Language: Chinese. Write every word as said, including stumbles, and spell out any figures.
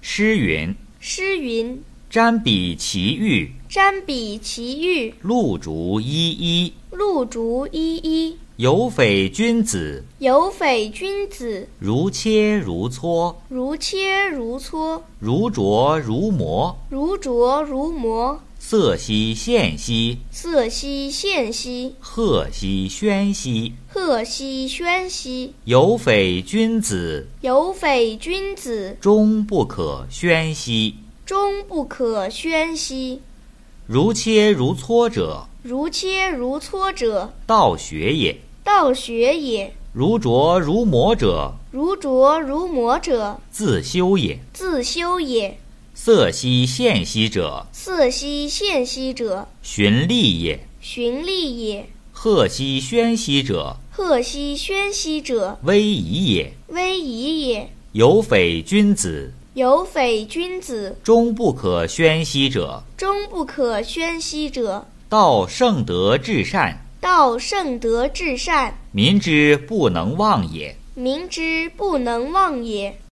诗云： 诗云： 瞻彼其玉， 瞻彼其玉， 露竹依依。 露竹依依。 有匪君子， 有匪君子， 如切如磋， 如切如磋， 如琢如磨。 如琢如磨。 色兮宪兮， 色兮宪兮， 赫兮喧兮。 赫兮喧兮。 有匪君子， 有匪君子， 终不可宣兮。 终不可宣兮。 如切如磋者， 如切如磋者， 道学也。 道学也。 如琢如磨者， 如琢如磨者， 自修也。 自修也。 色兮宪兮者， 色兮宪兮者， 循吏也。 循吏也。 赫兮喧兮者， 赫兮喧兮者， 威仪也。 威仪也。 有匪君子， 有匪君子， 终不可宣兮者， 终不可宣兮者， 道圣德至善， 道圣德至善， 民之不能忘也。 民之不能忘也。